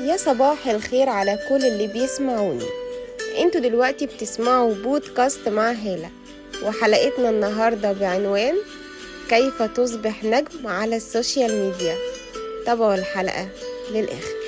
يا صباح الخير على كل اللي بيسمعوني. انتوا دلوقتي بتسمعوا بودكاست مع هالة، وحلقتنا النهاردة بعنوان كيف تصبح نجم على السوشيال ميديا. تابعوا الحلقة للآخر.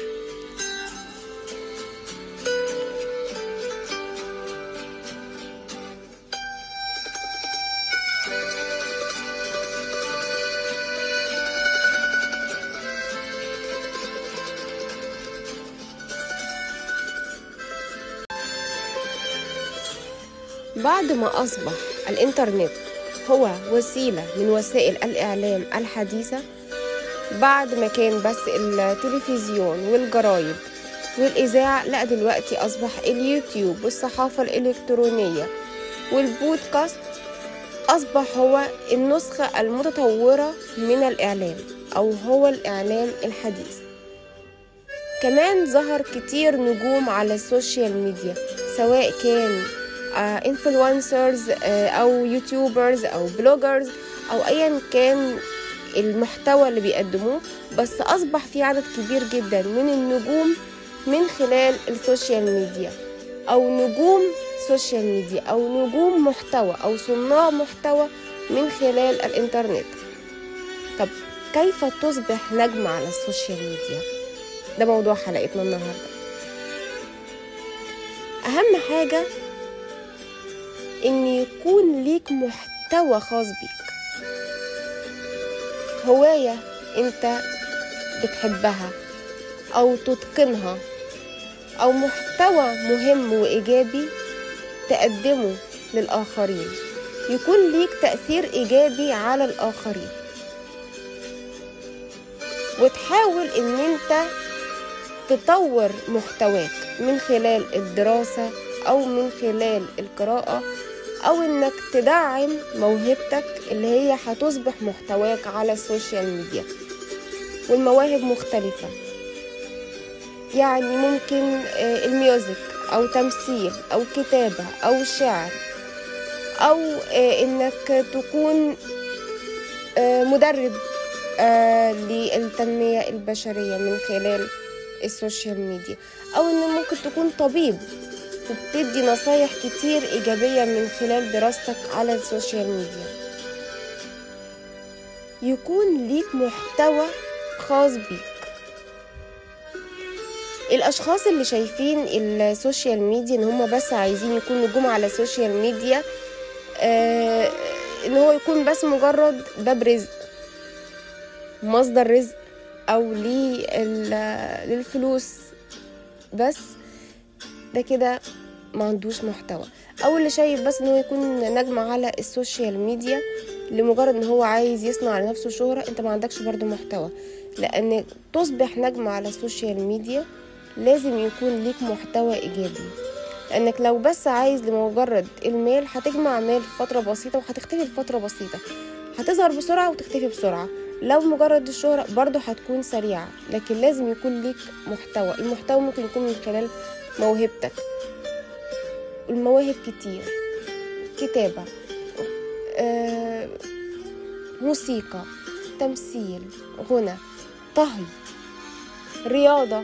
بعد ما أصبح الإنترنت هو وسيلة من وسائل الإعلام الحديثة، بعد ما كان بس التلفزيون والجرايد والإذاعة، لا دلوقتي أصبح اليوتيوب والصحافة الإلكترونية والبودكاست أصبح هو النسخة المتطورة من الإعلام، أو هو الإعلام الحديث. كمان ظهر كتير نجوم على السوشيال ميديا، سواء كان انفلونسرز او يوتيوبرز او بلوجرز او ايا كان المحتوى اللي بيقدموه، بس اصبح في عدد كبير جدا من النجوم من خلال السوشيال ميديا، او نجوم سوشيال ميديا، او نجوم محتوى، او صناع محتوى من خلال الانترنت. طب كيف تصبح نجم على السوشيال ميديا؟ ده موضوع حلقتنا النهارده. اهم حاجة ان يكون ليك محتوى خاص بيك، هواية انت بتحبها او تتقنها، او محتوى مهم وايجابي تقدمه للاخرين، يكون ليك تأثير ايجابي على الاخرين، وتحاول ان انت تطور محتواك من خلال الدراسة او من خلال القراءة، او انك تدعم موهبتك اللي هي هتصبح محتواك على السوشيال ميديا. والمواهب مختلفة، يعني ممكن الميوزك او تمثيل او كتابة او شعر، او انك تكون مدرب للتنمية البشرية من خلال السوشيال ميديا، او ان ممكن تكون طبيب وبتدي نصايح كتير إيجابية من خلال دراستك على السوشيال ميديا. يكون ليك محتوى خاص بيك. الأشخاص اللي شايفين السوشيال ميديا إن هم بس عايزين يكون نجوم على السوشيال ميديا، إن هو يكون بس مجرد باب رزق، مصدر رزق، أو للفلوس بس، ده كده ما عندوش محتوى. او اللي شايف بس ان هو يكون نجم على السوشيال ميديا لمجرد ان هو عايز يصنع لنفسه شهرة، انت ما عندكش برضو محتوى. لان تصبح نجم على السوشيال ميديا لازم يكون ليك محتوى ايجابي، لانك لو بس عايز لمجرد المال هتجمع مال في فترة بسيطة وهتختفي في فترة بسيطة، هتظهر بسرعة وتختفي بسرعة. لو مجرد الشهرة برضو هتكون سريعة، لكن لازم يكون ليك محتوى. المحتوى ممكن يكون من خلال موهبتك. المواهب كتير، كتابة، موسيقى، تمثيل، غنى، طهي، رياضة.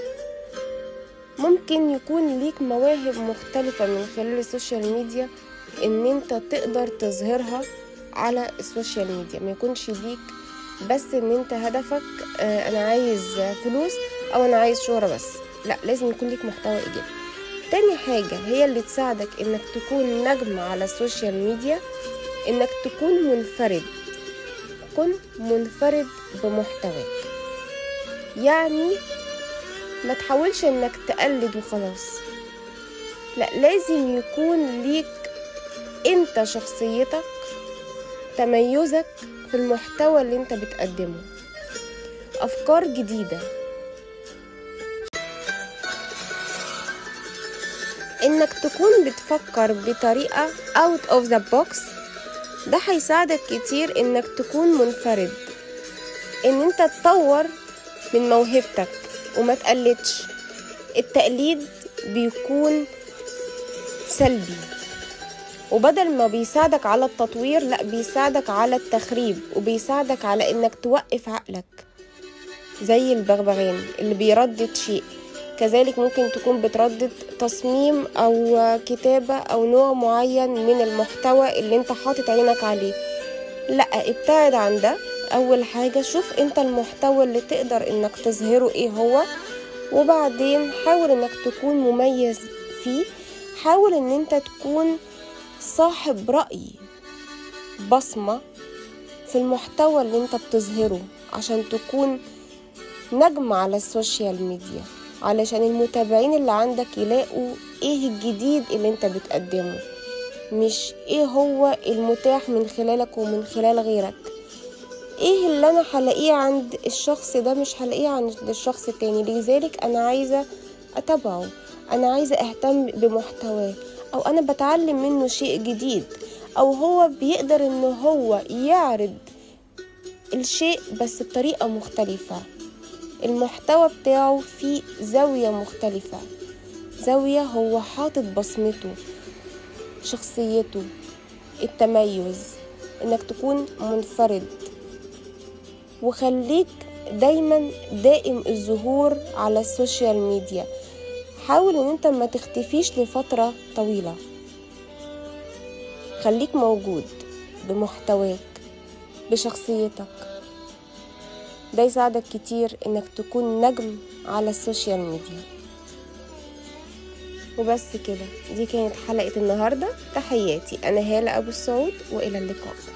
ممكن يكون ليك مواهب مختلفة من خلال السوشيال ميديا ان انت تقدر تظهرها على السوشيال ميديا. ما يكونش ليك بس ان انت هدفك انا عايز فلوس او انا عايز شهرة بس، لا، لازم يكون ليك محتوى ايجابي. تاني حاجة هي اللي تساعدك انك تكون نجم على السوشيال ميديا، انك تكون منفرد. كن منفرد بمحتواك، يعني ما تحاولش انك تقلد وخلاص، لا، لازم يكون ليك انت شخصيتك، تميزك في المحتوى اللي انت بتقدمه، افكار جديدة، انك تكون بتفكر بطريقة out of the box. ده هيساعدك كتير انك تكون منفرد، ان انت تطور من موهبتك وما تقلدش. التقليد بيكون سلبي، وبدل ما بيساعدك على التطوير، لا، بيساعدك على التخريب، وبيساعدك على انك توقف عقلك، زي البغبغان اللي بيردد شيء. كذلك ممكن تكون بتردد تصميم أو كتابة أو نوع معين من المحتوى اللي انت حاطط عينك عليه. لا، ابتعد عن ده. أول حاجة شوف انت المحتوى اللي تقدر انك تظهره ايه هو، وبعدين حاول انك تكون مميز فيه. حاول ان انت تكون صاحب رأي، بصمة في المحتوى اللي انت بتظهره، عشان تكون نجم على السوشيال ميديا، علشان المتابعين اللي عندك يلاقوا ايه الجديد اللي انت بتقدمه، مش ايه هو المتاح من خلالك ومن خلال غيرك. ايه اللي انا هلاقيه عند الشخص ده مش هلاقيه عند الشخص التاني، لذلك انا عايزة اتابعه، انا عايزة اهتم بمحتواه، او انا بتعلم منه شيء جديد، او هو بيقدر انه هو يعرض الشيء بس بطريقة مختلفة. المحتوى بتاعه فيه زاوية مختلفة، زاوية هو حاطط بصمته، شخصيته، التميز، انك تكون منفرد. وخليك دايما دائم الظهور على السوشيال ميديا. حاول ان انت ما تختفيش لفترة طويلة، خليك موجود بمحتواك، بشخصيتك. ده يساعدك كتير انك تكون نجم على السوشيال ميديا. وبس كده، دي كانت حلقة النهاردة. تحياتي، انا هالة ابو السعود، والى اللقاء.